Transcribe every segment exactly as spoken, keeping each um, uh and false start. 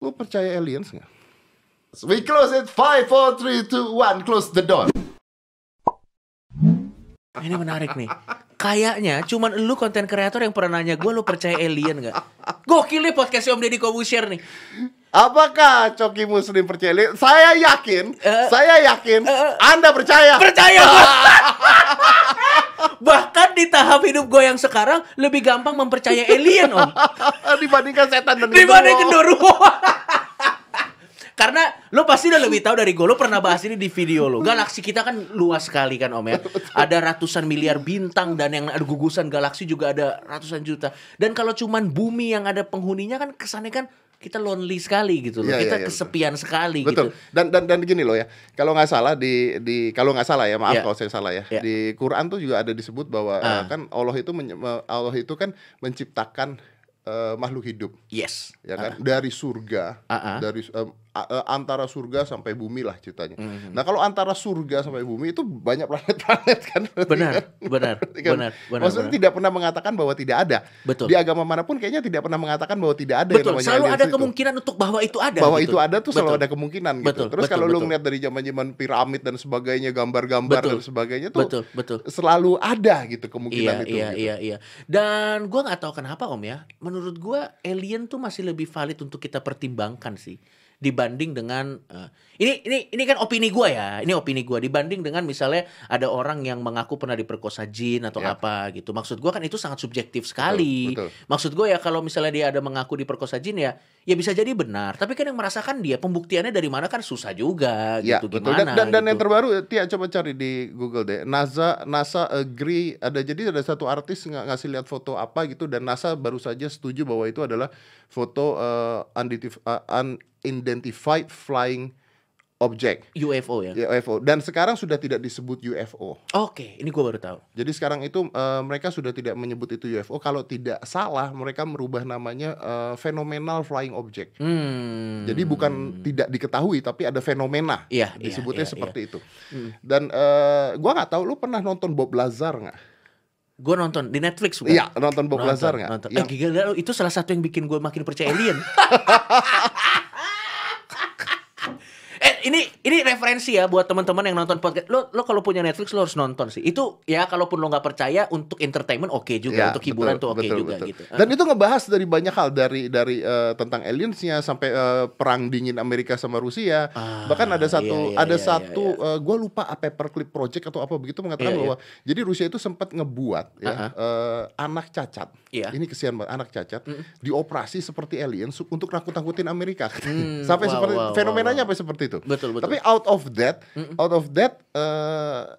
Lu percaya aliens nggak? We close it. Five, four, three, two, one. Close the door. Ini menarik nih. Kayaknya cuman lu konten kreator yang pernah nanya gue, lu percaya alien gak? Gokil nih podcast Om Deddy Corbuzier nih. Apakah Coki Muslim percaya alien? Saya yakin, uh, saya yakin uh, Anda percaya. Percaya gue. Bahkan di tahap hidup gue yang sekarang lebih gampang mempercaya alien, Om. Dibandingkan setan dan Dibanding genderuwo. Karena lo pasti udah lebih tahu dari gue. Lo pernah bahas ini di video lo. Galaksi kita kan luas sekali kan, Om ya. Ada ratusan miliar bintang, dan yang ada gugusan galaksi juga ada ratusan juta. Dan kalau cuman bumi yang ada penghuninya kan kesannya kan kita lonely sekali gitu loh. Ya, kita ya, ya, kesepian betul. sekali betul. gitu. Dan dan dan gini loh ya. Kalau nggak salah di di kalau nggak salah ya, maaf ya. kalau saya salah ya. ya. Di Quran tuh juga ada disebut bahwa uh. kan Allah itu men, Allah itu kan menciptakan uh, makhluk hidup. Yes. Ya kan? Uh. Dari surga, uh-uh. dari um, uh, antara surga sampai bumi lah ceritanya. Mm-hmm. Nah, kalau antara surga sampai bumi itu banyak planet-planet kan. Benar, benar, kan? benar, benar. Maksudnya benar. Tidak pernah mengatakan bahwa tidak ada. Betul. Di agama manapun kayaknya tidak pernah mengatakan bahwa tidak ada. Betul. Yang selalu ada itu. kemungkinan untuk bahwa itu ada. Bahwa gitu. itu ada tuh selalu betul. ada kemungkinan gitu. Betul. Terus betul, kalau betul. lu ngeliat dari zaman-zaman piramid dan sebagainya, gambar-gambar betul. dan sebagainya tuh betul, betul. selalu ada gitu kemungkinan iya, itu. Iya, gitu. iya, iya. Dan gue nggak tahu kenapa, Om ya. Menurut gue alien tuh masih lebih valid untuk kita pertimbangkan sih, dibanding dengan uh, ini ini ini kan opini gue ya, ini opini gue, dibanding dengan misalnya ada orang yang mengaku pernah diperkosa jin atau ya. apa gitu. Maksud gue kan itu sangat subjektif sekali. Betul, betul. Maksud gue ya kalau misalnya dia ada mengaku diperkosa jin ya, ya bisa jadi benar. Tapi kan yang merasakan dia, pembuktiannya dari mana kan susah juga ya, gitu. Betul. Gimana? Dan, dan, dan gitu. yang terbaru, Tia coba cari di Google deh. NASA NASA agree, ada jadi ada satu artis ng- ngasih lihat foto apa gitu, dan NASA baru saja setuju bahwa itu adalah foto uh, unidentified, uh, unidentified flying object. U F O ya? U F O. Dan sekarang sudah tidak disebut U F O. Oke, ini gue baru tahu. Jadi sekarang itu uh, mereka sudah tidak menyebut itu U F O. Kalau tidak salah, mereka merubah namanya uh, phenomenal flying object. Hmm. Jadi bukan tidak diketahui, tapi ada fenomena. Iya, disebutnya iya, iya, seperti iya. itu. Hmm. Dan uh, gue nggak tahu, lu pernah nonton Bob Lazar nggak? Gue nonton di Netflix bukan? Iya, nonton Bob nonton, Lazar nggak? Nonton. Yang... Eh gila, itu salah satu yang bikin gue makin percaya alien. Eh ini ini referensi ya buat teman-teman yang nonton podcast. Lo lo kalau punya Netflix lo harus nonton sih. Itu ya kalaupun lo nggak percaya, untuk entertainment oke okay juga, ya, untuk hiburan betul, tuh oke okay juga betul. Gitu. Dan itu ngebahas dari banyak hal, dari dari uh, tentang aliensnya sampai uh, perang dingin Amerika sama Rusia. Ah, Bahkan ada satu iya, iya, ada iya, satu iya, iya. Uh, gue lupa Paperclip Project atau apa begitu mengatakan iya, bahwa iya. jadi Rusia itu sempat ngebuat ya uh-huh. uh, anak cacat. Iya. Ini kesian banget, anak cacat mm. dioperasi seperti alien untuk nakut-nakutin Amerika. Mm, sampai wow, seperti wow, fenomenanya wow, wow. sampai seperti itu. Betul, betul. Tapi out of that, Mm-mm. out of that, uh,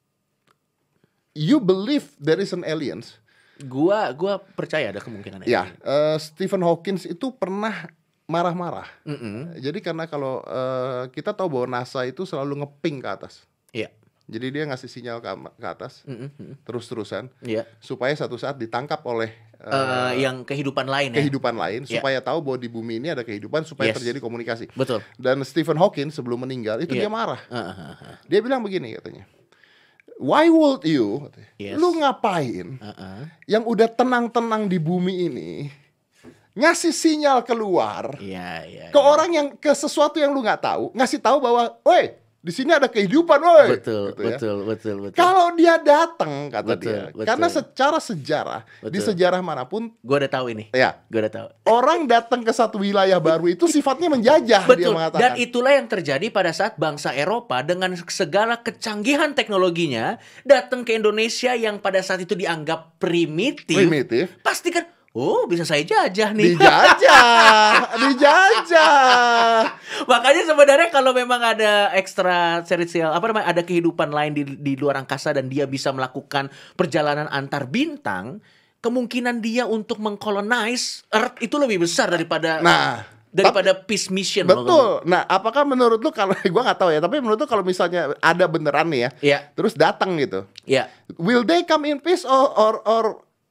you believe there is an aliens? Gua, gua percaya ada kemungkinan. Ya, uh, Stephen Hawking itu pernah marah-marah. Mm-mm. Jadi karena kalau uh, kita tahu bahwa NASA itu selalu ngeping ke atas. Iya. Jadi dia ngasih sinyal ke, ke atas, Mm-mm. terus-terusan, yeah. supaya satu saat ditangkap oleh uh, uh, yang kehidupan lain, kehidupan ya? lain, yeah. supaya tahu bahwa di bumi ini ada kehidupan, supaya yes. terjadi komunikasi. Betul. Dan Stephen Hawking sebelum meninggal itu yeah. dia marah. Uh-huh. Dia bilang begini katanya, why would you, yes. lu ngapain, uh-uh. yang udah tenang-tenang di bumi ini, ngasih sinyal keluar yeah, yeah, ke yeah. orang yang, ke sesuatu yang lu nggak tahu, ngasih tahu bahwa, woi, di sini ada kehidupan, woi. Betul, gitu betul, ya. betul, betul. Kalau dia datang, kata betul, dia, betul. karena secara sejarah, betul. di sejarah manapun, gue udah tahu ini. Ya, gue udah tahu. Orang datang ke satu wilayah baru itu sifatnya menjajah. Betul. Dia mengatakan. Dan itulah yang terjadi pada saat bangsa Eropa dengan segala kecanggihan teknologinya datang ke Indonesia yang pada saat itu dianggap primitif. Primitif. Pasti kan, oh bisa saya jajah nih. Dijajah, dijajah. Makanya sebenarnya kalau memang ada ekstra teritorial, apa namanya, ada kehidupan lain di, di luar angkasa dan dia bisa melakukan perjalanan antar bintang, kemungkinan dia untuk mengkolonize Earth itu lebih besar daripada nah, daripada tapi, peace mission. Betul. Loh. Nah, apakah menurut lu, kalau gue nggak tahu ya, tapi menurut lu kalau misalnya ada beneran nih ya, yeah. terus datang gitu, yeah. will they come in peace or or, or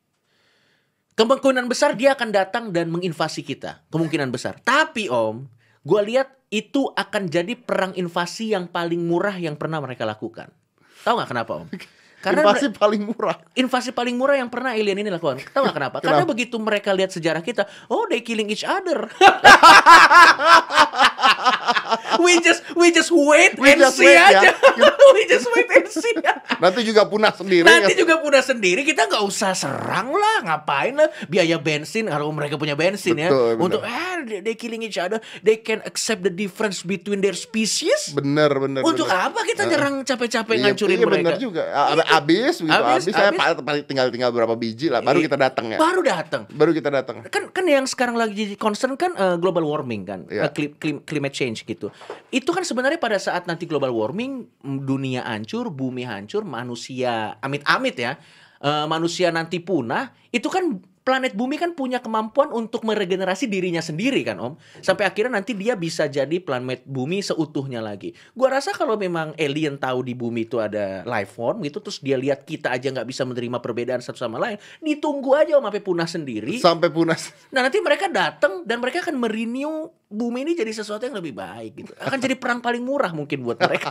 kemungkinan besar dia akan datang dan menginvasi kita. Kemungkinan besar. Tapi Om, gue lihat itu akan jadi perang invasi yang paling murah yang pernah mereka lakukan. Tahu nggak kenapa Om? Karena invasi mere- paling murah. Invasi paling murah yang pernah alien ini lakukan. Tahu nggak kenapa? Kenapa? Karena begitu mereka lihat sejarah kita, oh they killing each other. just wait We and just see wait, ya. aja. We just wait and see. Nanti juga punah sendiri. Nanti ya. juga punah sendiri, kita nggak usah serang lah, ngapain lah, biaya bensin kalau mereka punya bensin ya, Betul, bener. untuk ah they, they killing each other, they can accept the difference between their species. Bener, bener. Untuk bener. apa kita nyerang capek-capek Iya, ngancurin iya, mereka? bener juga. A- Abis, begitu Abis, abis, saya abis. pa- paling tinggal tinggal berapa biji lah, baru Iya. kita datang ya. Baru datang. Baru kita datang. Kan kan yang sekarang lagi jadi concern kan eh, global warming kan, Iya. eh, cli- clim- climate change gitu. Itu kan sebenarnya pada saat nanti global warming, mm, dunia hancur, bumi hancur, manusia amit-amit ya, eh, manusia nanti punah, itu kan planet bumi kan punya kemampuan untuk meregenerasi dirinya sendiri kan Om. Sampai akhirnya nanti dia bisa jadi planet bumi seutuhnya lagi. Gua rasa kalau memang alien tahu di bumi itu ada life form gitu, terus dia lihat kita aja nggak bisa menerima perbedaan satu sama lain, ditunggu aja Om sampai punah sendiri. Sampai punah. Nah nanti mereka datang dan mereka akan merenew bumi ini jadi sesuatu yang lebih baik gitu. Akan jadi perang paling murah mungkin buat mereka.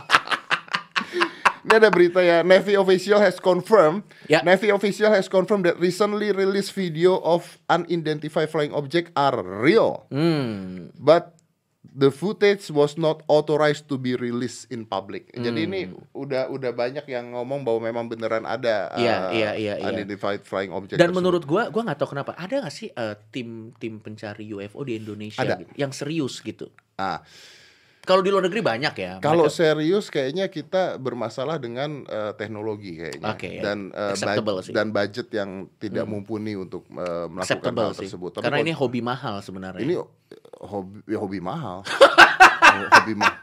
Ini ada berita ya, Navy official has confirmed. Ya. Navy official has confirmed that recently released video of unidentified flying object are real, Hmm. but the footage was not authorized to be released in public. Jadi ini udah udah banyak yang ngomong bahwa memang beneran ada Iya, uh, iya, iya, iya. unidentified flying object. Dan tersebut. menurut gua, gua nggak tahu kenapa ada nggak sih eh, tim tim pencari U F O di Indonesia Ada. gitu, yang serius gitu. Ah, Kalau di luar negeri banyak ya. kalau mereka- serius kayaknya kita bermasalah dengan uh, teknologi kayaknya Oke, ya. dan uh, Acceptable bud- sih. dan budget yang tidak mumpuni untuk uh, melakukan acceptable hal sih. tersebut. Tapi Karena kalau- ini hobi mahal sebenarnya. ini hobi ya hobi mahal. hobi mahal.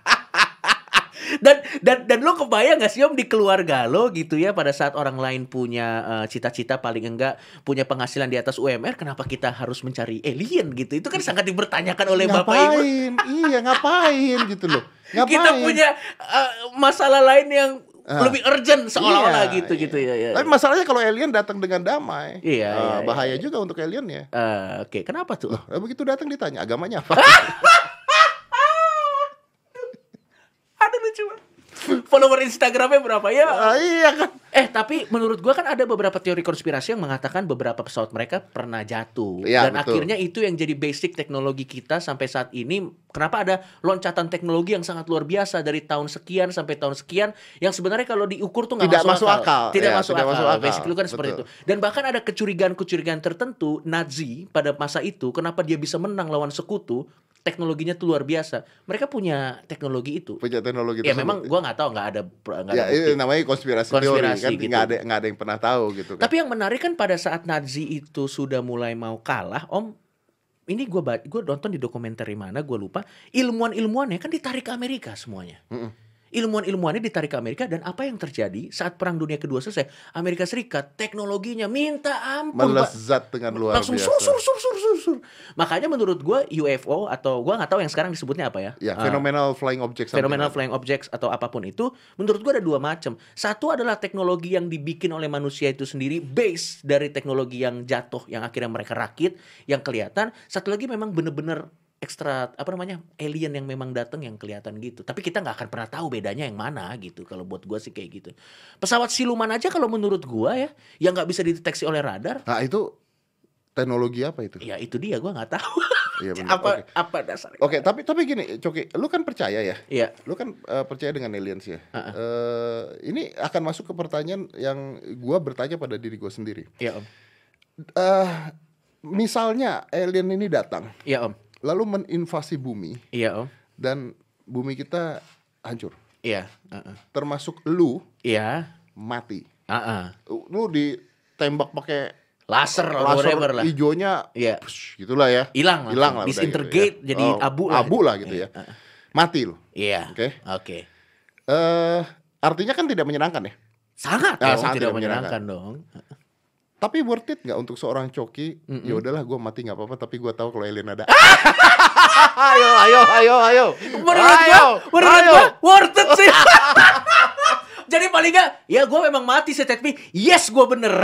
Dan dan dan lo kebayang gak sih Om di keluarga lo gitu ya, pada saat orang lain punya eh, cita-cita paling enggak punya penghasilan di atas U M R, kenapa kita harus mencari alien gitu? Itu kan sangat dipertanyakan oleh Bapak Ibu. Ngapain? Iya, ngapain gitu loh. Ngapain? Kita punya eh, masalah lain yang Ah. lebih urgent seolah-olah Iya, gitu iya. gitu ya. ya. Tapi masalahnya kalau alien datang dengan damai. Iya, eh, iya, iya. bahaya juga untuk alien ya. Eh, Oke, kenapa tuh? Loh, begitu datang ditanya agamanya apa? Ada lucu banget. Follower Instagramnya berapa ya? Ah, iya kan. Eh tapi menurut gua kan ada beberapa teori konspirasi yang mengatakan beberapa pesawat mereka pernah jatuh. Iya, Dan betul. akhirnya itu yang jadi basic teknologi kita sampai saat ini. Kenapa ada loncatan teknologi yang sangat luar biasa dari tahun sekian sampai tahun sekian, yang sebenarnya kalau diukur tuh nggak Tidak masuk, masuk akal. Tidak Ya, masuk tidak akal. masuk akal. Basic itu kan seperti itu. Betul. Dan bahkan ada kecurigaan-kecurigaan tertentu Nazi pada masa itu, kenapa dia bisa menang lawan sekutu, teknologinya tuh luar biasa. Mereka punya teknologi itu. Punya teknologi Ya tersebut. memang gua nggak tahu, nggak ada nggak Ya, ada itu bukti. namanya konspirasi, Konspirasi teori kan, gitu. nggak ada nggak ada yang pernah tahu gitu kan. Tapi yang menarik kan pada saat Nazi itu sudah mulai mau kalah, Om. Ini gue gue nonton di dokumenter mana, gue lupa. Ilmuwan-ilmuwannya kan ditarik ke Amerika semuanya. Mm-mm. Ilmuwan-ilmuwannya ditarik ke Amerika, dan apa yang terjadi saat Perang Dunia Kedua selesai? Amerika Serikat teknologinya minta ampun, Pak. Melezat dengan luar Langsung biasa. sur sur sur sur sur sur. Makanya menurut gue U F O atau gue nggak tahu yang sekarang disebutnya apa ya? Ya, Ah, phenomenal flying object. something Phenomenal like flying objects atau apapun itu, menurut gue ada dua macam. Satu adalah teknologi yang dibikin oleh manusia itu sendiri, base dari teknologi yang jatuh, yang akhirnya mereka rakit, yang kelihatan. Satu lagi memang bener-bener ekstra, apa namanya, alien yang memang datang yang kelihatan gitu. Tapi kita nggak akan pernah tahu bedanya yang mana gitu. Kalau buat gue sih kayak gitu. Pesawat siluman aja kalau menurut gue ya, yang nggak bisa dideteksi oleh radar, Nah, itu teknologi apa itu? ya itu dia, gue nggak tahu. Iya, benar. apa Oke. apa dasarnya? Oke, tapi tapi gini, Coki, lu kan percaya ya? Iya. Lu kan eh, percaya dengan aliens ya? Uh-uh. Eh, ini akan masuk ke pertanyaan yang gua bertanya pada diri gua sendiri. Iya om. Eh, misalnya alien ini datang, Iya om. lalu meninvasi bumi Iya om. dan bumi kita hancur, Iya. Uh-uh. termasuk lu Iya. mati. Uh-uh. Lu ditembak pakai Laser, laser whatever lah. hijaunya, Iya. push, gitulah ya. Hilang langsung. Hilang lah. udah Disintegrate gitu ya. jadi Oh, abu lah. Abu lah gitu Iya. ya. Mati lu. Iya. Oke. Oke. Eh, artinya kan tidak menyenangkan ya. Sangat Ah, dong, sangat tidak tidak menyenangkan dong. Tapi worth it nggak untuk seorang Coki? Ya udahlah, gue mati nggak apa-apa. Tapi gue tahu kalau alien ada. ayo, ayo, ayo, ayo. Menurut ayo, gua, menurut ayo. gua worth it sih. Jadi paling gak, ya gue memang mati sih, tapi yes gue bener.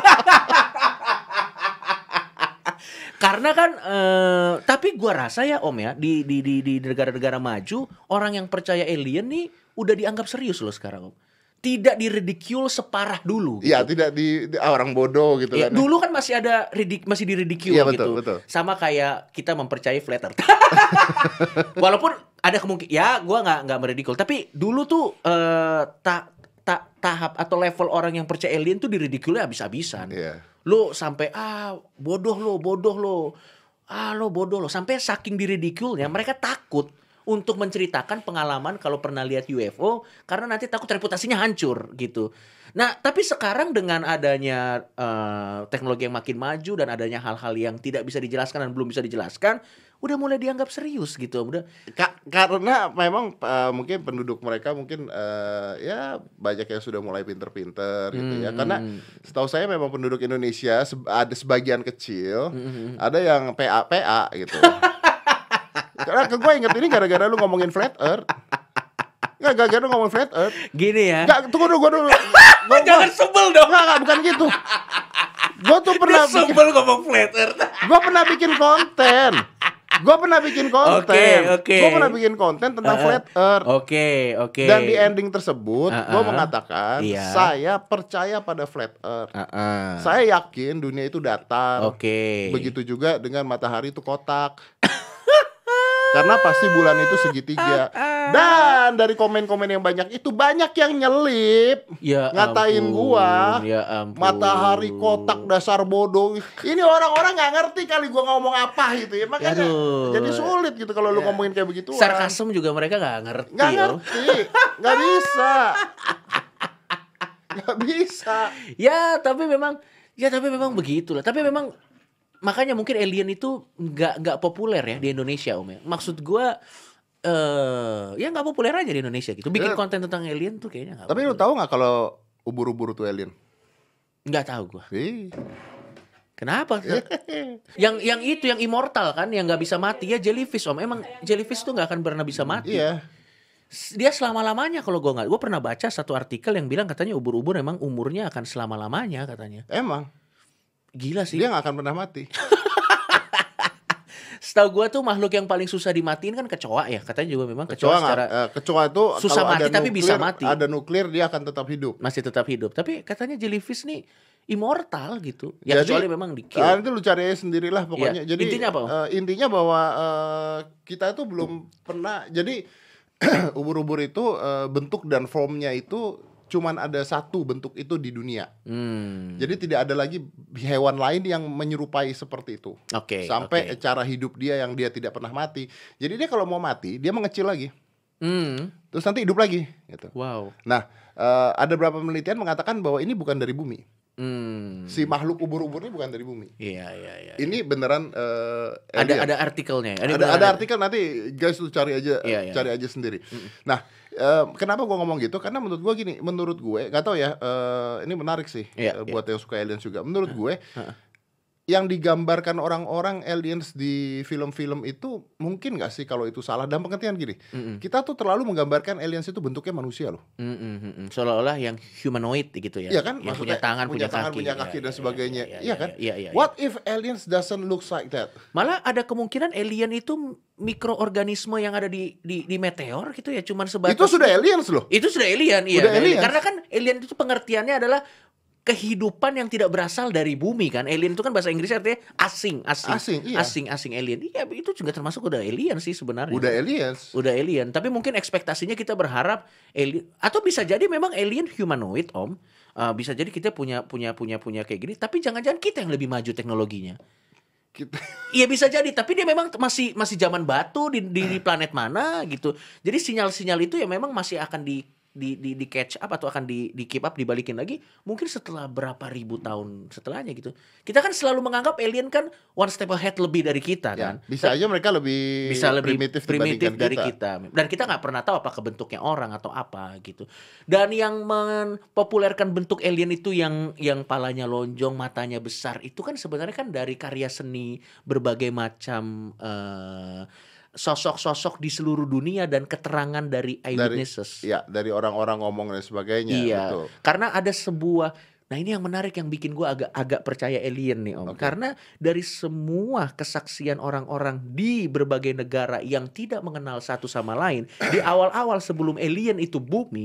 Karena kan, eh, tapi gue rasa ya om ya, di di di di negara-negara maju, orang yang percaya alien nih udah dianggap serius loh sekarang om. Tidak diridicule separah dulu. Iya, gitu. tidak di, di- ah, orang bodoh gitu Ya, kan. dulu kan masih ada ridik, masih diridicule Iya, gitu. betul, betul. Sama kayak kita mempercayai flat earth. Walaupun ada kemungkinan. Ya, gue nggak nggak meridikul. Tapi dulu tuh uh, tak ta, tahap atau level orang yang percaya alien tuh diridikulnya habis-habisan. Iya. Lo sampai ah bodoh lo, bodoh lo, ah lo bodoh lo. Sampai saking diridikulnya mereka takut untuk menceritakan pengalaman kalau pernah lihat U F O karena nanti takut reputasinya hancur gitu. Nah, tapi sekarang dengan adanya uh, teknologi yang makin maju dan adanya hal-hal yang tidak bisa dijelaskan dan belum bisa dijelaskan, udah mulai dianggap serius gitu. Udah Ka- karena memang uh, mungkin penduduk mereka mungkin uh, ya banyak yang sudah mulai pinter-pinter gitu ya. Hmm. Karena setahu saya memang penduduk Indonesia se- ada sebagian kecil, Hmm. ada yang P A P A gitu. Karena ke gue inget ini gara-gara lu ngomongin flat earth. Nggak, gara-gara lu ngomongin flat earth. gini ya. Nggak, tunggu dulu, gue dulu. Gua, Jangan gua, sebel dong. nggak, nggak, bukan gitu. Gue tuh pernah Dia bikin, sebel ngomong flat earth. gue pernah bikin konten. Gue pernah bikin konten. Oke, oke. Gue pernah bikin konten tentang Uh, flat earth. Oke, oke. Dan di ending tersebut, Uh-uh. gue mengatakan Iya. saya percaya pada flat earth. Uh-uh. Saya yakin dunia itu datar. Oke. Begitu juga dengan matahari itu kotak. Karena pasti bulan itu segitiga. Dan dari komen-komen yang banyak itu banyak yang nyelip, Ya ngatain ampun, gua. ya ampun. Matahari kotak dasar bodoh. Ini orang-orang nggak ngerti kali gua ngomong apa gitu ya. Makanya Aduh. jadi sulit gitu kalau lu Ya. ngomongin kayak begitu. Sarkasm juga mereka nggak ngerti. Nggak loh. ngerti, nggak bisa, nggak bisa. Ya tapi memang, ya tapi memang begitulah. Tapi memang makanya mungkin alien itu nggak nggak populer ya di Indonesia, Om ya. Maksud gua eh ya nggak populer aja di Indonesia gitu. Bikin Ya. konten tentang alien tuh kayaknya nggak. Tapi lu tahu nggak kalau ubur-ubur itu alien? Nggak tahu gua. Ih. Kenapa? yang yang itu yang immortal kan, yang nggak bisa mati ya jellyfish, Om. Emang jellyfish tuh nggak akan pernah bisa mati. Iya. Dia selama-lamanya kalau gue nggak, gue pernah baca satu artikel yang bilang katanya ubur-ubur emang umurnya akan selama-lamanya katanya. Emang Gila sih. dia nggak akan pernah mati. Setahu gue tuh makhluk yang paling susah dimatiin kan kecoa ya, katanya juga memang kecoa, Kecoa nggak, secara eh, kecoa itu susah kalau mati, ada tapi bisa nuklir- mati. Ada nuklir dia akan tetap hidup. masih tetap hidup. Tapi katanya jellyfish nih immortal gitu. Ya Jadi, kecuali memang di kill. Ah, itu lu cari aja sendirilah pokoknya. Iya. Jadi Intinya apa, Om? eh, intinya bahwa eh, kita itu belum pernah. Jadi ubur-ubur itu eh, bentuk dan formnya itu cuman ada satu bentuk itu di dunia. Hmm. Jadi tidak ada lagi hewan lain yang menyerupai seperti itu. Oke. Sampai oke. cara hidup dia yang dia tidak pernah mati. Jadi dia kalau mau mati dia mengecil lagi. Hmm. Terus nanti hidup lagi gitu. Wow. Nah, eh, ada beberapa penelitian mengatakan bahwa ini bukan dari bumi. Hmm. Si makhluk ubur-ubur ini bukan dari bumi. Iya iya iya. Ini beneran eh, Ada alien. ada artikelnya. Ini ada, beneran ada artikel nanti guys lu cari aja Iya, iya. cari aja sendiri. Nah, eh, kenapa gua ngomong gitu? Karena menurut gua gini, menurut gue nggak tahu ya, eh, ini menarik sih Iya, eh, iya. buat yang suka aliens juga. Menurut gue yang digambarkan orang-orang aliens di film-film itu mungkin nggak sih kalau itu salah? Dan pengertian gini, Mm-mm. kita tuh terlalu menggambarkan aliens itu bentuknya manusia loh. Mm, mm, mm, mm. Seolah-olah yang humanoid gitu ya. Iya kan? Yang Maksudnya punya tangan, punya, tangan, kaki, punya kaki Iya, dan iya, sebagainya. iya, Iya kan? Iya, iya, iya. What if aliens doesn't look like that? Malah ada kemungkinan alien itu mikroorganisme yang ada di di, di meteor gitu ya, cuman sebatas Itu sudah aliens loh. Itu sudah alien, iya. Udah Nah, aliens. Karena kan alien itu pengertiannya adalah kehidupan yang tidak berasal dari bumi kan. Alien itu kan bahasa Inggrisnya artinya asing, asing. Asing, iya. Asing, asing alien. Iya, itu juga termasuk udah alien sih sebenarnya. Udah aliens. Udah alien, tapi mungkin ekspektasinya kita berharap alien, atau bisa jadi memang alien humanoid, Om. Uh, bisa jadi kita punya punya punya punya kayak gini, tapi jangan-jangan kita yang lebih maju teknologinya. Kita Iya bisa jadi, tapi dia memang masih masih zaman batu di, di, di planet mana gitu. Jadi sinyal-sinyal itu ya memang masih akan di di di, di catch up atau akan di di keep up, dibalikin lagi mungkin setelah berapa ribu tahun setelahnya gitu. Kita kan selalu menganggap alien kan one step ahead lebih dari kita ya, kan. bisa aja mereka lebih Bisa lebih primitif, primitif, dibandingkan dari kita. kita. Dan kita nggak pernah tahu apakah bentuknya orang atau apa gitu. Dan yang mempopulerkan bentuk alien itu yang yang palanya lonjong, matanya besar, itu kan sebenarnya kan dari karya seni berbagai macam eh, sosok-sosok di seluruh dunia dan keterangan dari Dari eyewitnesses. ya, dari orang-orang ngomong dan sebagainya, Iya, betul. karena ada sebuah. Nah ini yang menarik yang bikin gue agak agak percaya alien nih, Om. Oke. Karena dari semua kesaksian orang-orang di berbagai negara yang tidak mengenal satu sama lain di awal-awal sebelum alien itu booming,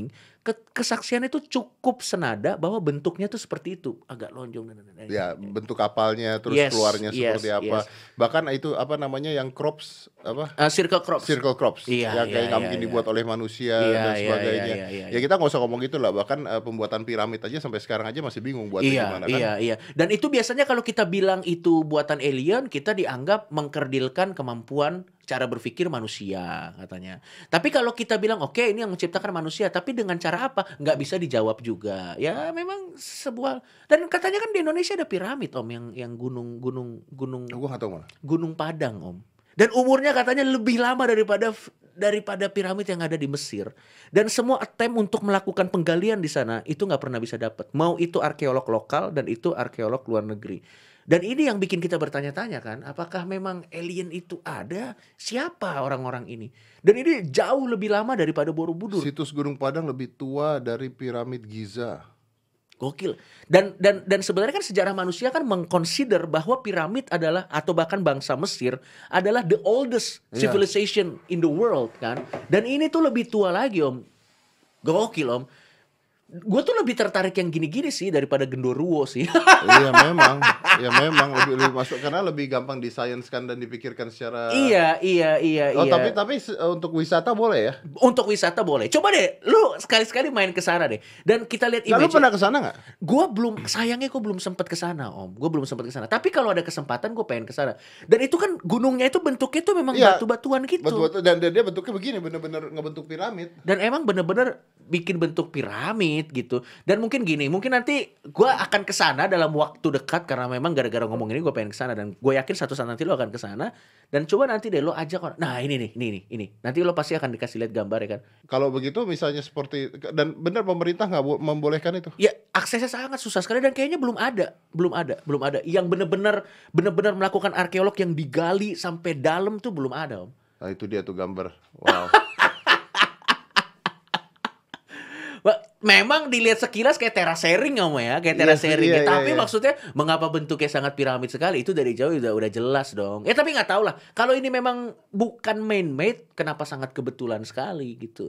ke- kesaksian itu cukup senada bahwa bentuknya tuh seperti itu, agak lonjong dan dan- dan- Ya, bentuk kapalnya terus Yes, keluarnya yes, seperti apa. yes. Bahkan itu apa namanya yang crops apa? Eh, circle crops. Circle crops Iya, yang iya, kayak nggak iya, mungkin iya. dibuat oleh manusia Iya, dan iya, sebagainya. iya, iya, Ya iya. kita nggak usah ngomong gitu lah. Bahkan uh, pembuatan piramid aja sampai sekarang aja masih bingung buatnya Iya, gimana kan. iya, iya. Dan itu biasanya kalau kita bilang itu buatan alien, kita dianggap mengkerdilkan kemampuan cara berpikir manusia katanya. Tapi kalau kita bilang oke ini yang menciptakan manusia, tapi dengan cara apa? Nggak bisa dijawab juga. Ya memang sebuah, dan katanya kan di Indonesia ada piramid om, yang yang gunung gunung gunung Gue nggak tahu malah. Gunung Padang om. Dan umurnya katanya lebih lama daripada daripada piramid yang ada di Mesir. Dan semua attempt untuk melakukan penggalian di sana itu nggak pernah bisa dapat. Mau itu arkeolog lokal dan itu arkeolog luar negeri. Dan ini yang bikin kita bertanya-tanya kan, apakah memang alien itu ada? Siapa orang-orang ini? Dan ini jauh lebih lama daripada Borobudur. Situs Gunung Padang lebih tua dari piramid Giza. Gokil. Dan dan dan sebenarnya kan sejarah manusia kan mengconsider bahwa piramid adalah, atau bahkan bangsa Mesir adalah the oldest Iya. civilization in the world kan. Dan ini tuh lebih tua lagi om. Gokil om. Gue tuh lebih tertarik yang gini-gini sih daripada Genderuwo sih. Iya memang, ya memang lebih lebih masuk karena lebih gampang disainskan dan dipikirkan secara. Iya, iya, iya, Oh iya. tapi tapi se- untuk wisata boleh ya? Untuk wisata boleh. Coba deh, lu sekali-sekali main ke sana deh. Dan kita lihat Nah, lu image. pernah ke sana nggak? Gue belum, sayangnya gue belum sempat ke sana om. Gue belum sempat ke sana. Tapi kalau ada kesempatan gue pengen ke sana. Dan itu kan gunungnya itu bentuknya itu memang Iya. batu-batuan gitu. Betul-betul dan, dan dia bentuknya begini, bener-bener ngebentuk piramid. Dan emang bener-bener bikin bentuk piramid gitu. Dan mungkin gini, mungkin nanti gue akan ke sana dalam waktu dekat karena memang gara-gara ngomong ini gue pengen ke sana, dan gue yakin satu saat nanti lo akan ke sana. Dan coba nanti deh lo ajak orang. Nah ini nih, ini nih, ini. Nanti lo pasti akan dikasih lihat gambar ya kan. Kalau begitu misalnya seperti dan benar pemerintah nggak bo- membolehkan itu. Ya aksesnya sangat susah sekali dan kayaknya belum ada, belum ada, belum ada. Yang bener-bener, bener-bener melakukan arkeolog yang digali sampai dalam tuh belum ada om. Nah itu dia tuh gambar. Wow. Wah, memang dilihat sekilas kayak terasering om ya, kayak Iya, terasering. iya, ya. iya, Tapi iya. maksudnya mengapa bentuknya sangat piramid sekali? Itu dari jauh udah udah jelas dong. Ya tapi nggak tahu lah. Kalau ini memang bukan man-made, kenapa sangat kebetulan sekali gitu.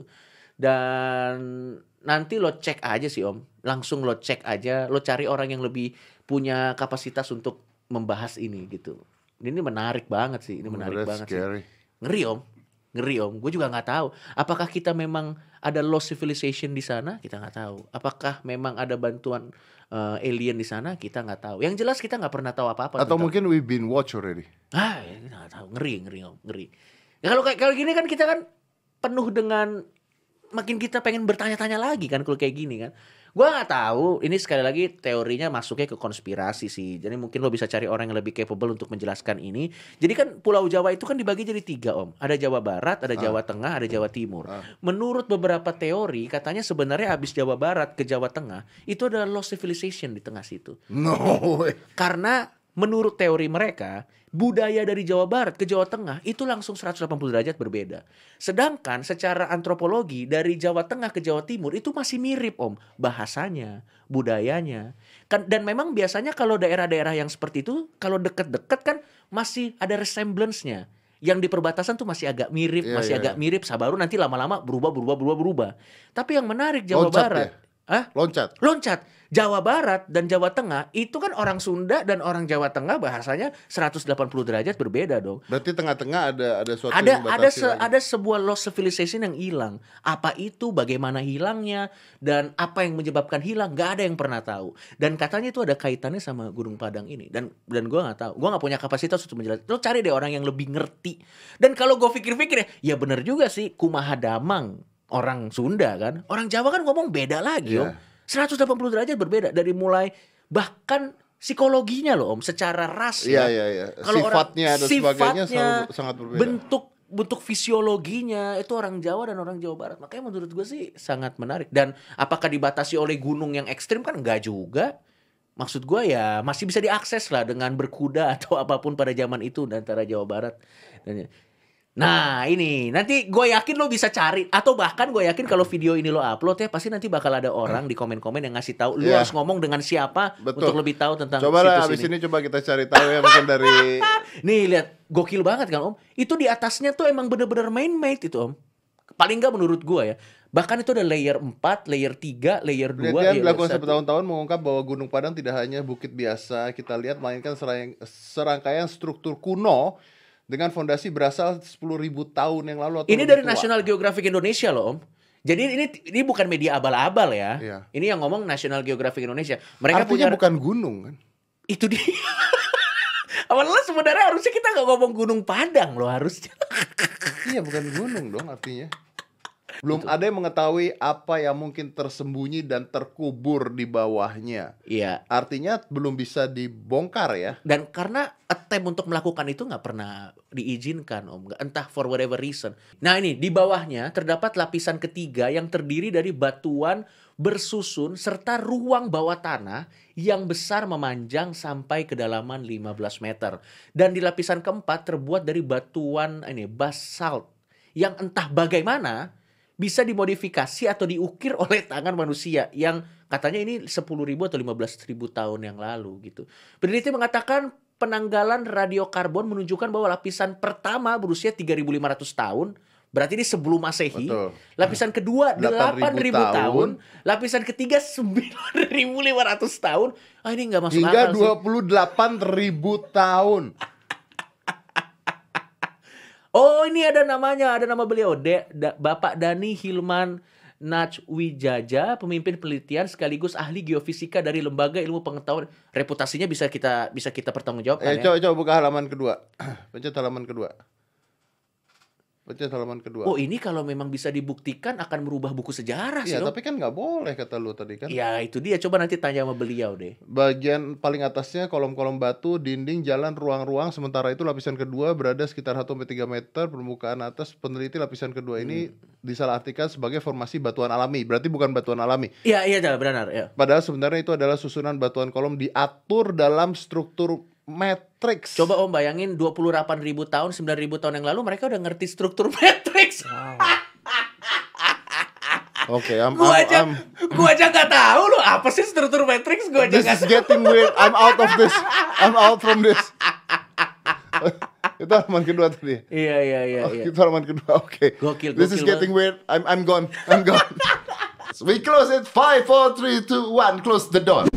Dan nanti lo cek aja sih om, langsung lo cek aja, lo cari orang yang lebih punya kapasitas untuk membahas ini gitu. Ini menarik banget sih, ini menarik That's banget sih. scary. Ngeri om, ngeri om. Gue juga nggak tahu. Apakah kita memang ada lost civilization di sana? Kita nggak tahu. Apakah memang ada bantuan uh, alien di sana? Kita nggak tahu. Yang jelas kita nggak pernah tahu apa-apa. Atau tentang- mungkin we've been watched already. Ah, ya, kita nggak tahu. Ngeri, ngeri om, ngeri. Ya, kalau kayak kalau gini kan kita kan penuh dengan, makin kita pengen bertanya-tanya lagi kan kalau kayak gini kan. Gua nggak tahu, ini sekali lagi teorinya masuknya ke konspirasi sih. Jadi mungkin lo bisa cari orang yang lebih capable untuk menjelaskan ini. Jadi kan Pulau Jawa itu kan dibagi jadi tiga om. Ada Jawa Barat, ada Jawa Tengah, ada Jawa Timur. Ah. Menurut beberapa teori katanya sebenarnya abis Jawa Barat ke Jawa Tengah itu ada lost civilization di tengah situ. No way. Karena menurut teori mereka, budaya dari Jawa Barat ke Jawa Tengah itu langsung seratus delapan puluh derajat berbeda. Sedangkan secara antropologi dari Jawa Tengah ke Jawa Timur itu masih mirip om. Bahasanya, budayanya. Kan, dan memang biasanya kalau daerah-daerah yang seperti itu, kalau deket-deket kan masih ada resemblance-nya. Yang di perbatasan tuh masih agak mirip, Iya, masih iya, agak iya. mirip. Baru nanti lama-lama berubah, berubah, berubah, berubah. Tapi yang menarik Jawa Loncat Barat. ya? Hah? Loncat. Loncat. Jawa Barat dan Jawa Tengah itu kan orang Sunda dan orang Jawa Tengah bahasanya seratus delapan puluh derajat berbeda dong. Berarti tengah-tengah ada ada suatu Ada yang ada membatasi se- lagi. ada sebuah lost civilization yang hilang. Apa itu, bagaimana hilangnya, dan apa yang menyebabkan hilang, nggak ada yang pernah tahu. Dan katanya itu ada kaitannya sama Gunung Padang ini. Dan dan gue nggak tahu. Gue nggak punya kapasitas untuk menjelaskan. Lo cari deh orang yang lebih ngerti. Dan kalau gue pikir-pikir ya, ya benar juga sih. Kumaha Damang orang Sunda kan, orang Jawa kan ngomong beda lagi Iya. om. seratus delapan puluh derajat berbeda dari mulai bahkan psikologinya loh om, secara ras Iya ya. iya iya. Kalau orang- Sifatnya dan sebagainya sifatnya, selalu sangat berbeda. bentuk bentuk fisiologinya itu orang Jawa dan orang Jawa Barat. Makanya menurut gue sih sangat menarik. Dan apakah dibatasi oleh gunung yang ekstrim kan enggak juga. Maksud gue ya masih bisa diakses lah dengan berkuda atau apapun pada zaman itu di antara Jawa Barat. Dan nah ini nanti gue yakin lo bisa cari, atau bahkan gue yakin kalau video ini lo upload ya pasti nanti bakal ada orang di komen-komen yang ngasih tahu lo Iya. harus ngomong dengan siapa. Betul. Untuk lebih tahu tentang Coba lah situs abis ini coba kita cari tahu ya mungkin dari Nih lihat, gokil banget kan om. Itu di atasnya tuh emang bener-bener man-made itu om. paling nggak menurut gua ya. Bahkan itu ada layer empat, layer tiga, layer dua, Penelitian layer dilakukan satu. bertahun-tahun mengungkap bahwa Gunung Padang tidak hanya bukit biasa kita lihat, melainkan serang- serangkaian struktur kuno dengan fondasi berasal sepuluh ribu tahun yang lalu atau Ini lebih dari tua. National Geographic Indonesia loh, Om. Jadi ini ini bukan media abal-abal ya. Iya. Ini yang ngomong National Geographic Indonesia. Mereka Artinya punya bukan gunung kan? itu dia. Awalnya sebenarnya harusnya kita nggak ngomong Gunung Padang loh harusnya. Iya, bukan gunung dong artinya. Belum ada yang mengetahui apa yang mungkin tersembunyi dan terkubur di bawahnya. Iya. Artinya belum bisa dibongkar ya. Dan karena attempt untuk melakukan itu nggak pernah diizinkan, Om. Nggak- entah for whatever reason. Nah ini di bawahnya terdapat lapisan ketiga yang terdiri dari batuan bersusun serta ruang bawah tanah yang besar memanjang sampai kedalaman lima belas meter. Dan di lapisan keempat terbuat dari batuan ini basalt yang entah bagaimana bisa dimodifikasi atau diukir oleh tangan manusia yang katanya ini sepuluh ribu atau lima belas ribu tahun yang lalu gitu. Peneliti mengatakan penanggalan radiokarbon menunjukkan bahwa lapisan pertama berusia tiga ribu lima ratus tahun, berarti ini sebelum Masehi. Betul. Lapisan kedua delapan ribu tahun. tahun, lapisan ketiga sembilan ribu lima ratus tahun. Ah ini nggak masuk Hingga akal sih. dua puluh delapan ribu tahun. Oh ini ada namanya, ada nama beliau, De, Da- Bapak Dani Hilman Najwijaja, pemimpin penelitian sekaligus ahli geofisika dari Lembaga Ilmu Pengetahuan. Reputasinya bisa kita bisa kita pertanggungjawabkan Eh, ya. coba coba buka halaman kedua. Pencet halaman kedua. Pencet halaman kedua. Oh ini kalau memang bisa dibuktikan akan merubah buku sejarah sih. Iya, Om. tapi kan nggak boleh kata lu tadi kan. Ya itu dia, coba nanti tanya sama beliau deh. Bagian paling atasnya kolom-kolom batu, dinding, jalan, ruang-ruang. Sementara itu lapisan kedua berada sekitar satu sampai tiga meter. Permukaan atas peneliti lapisan kedua ini disalahartikan sebagai formasi batuan alami. Berarti bukan batuan alami. Iya iya benar ya. Padahal sebenarnya itu adalah susunan batuan kolom diatur dalam struktur matriks. Coba Om bayangin dua puluh delapan ribu tahun, sembilan ribu tahun yang lalu mereka udah ngerti struktur matriks. Oke, I'm, Gua I'm, aja I'm- gua aja nggak tahu loh apa sih struktur matriks, gua aja This nggak is getting weird. I'm out of this. I'm out from this. Itu halaman kedua tadi. Iya iya iya Oh, iya. itu halaman kedua. Oke. Gokil, This is gokil getting weird. I'm I'm gone. I'm gone. So we close it. Five, four, three, two, one. Close the door.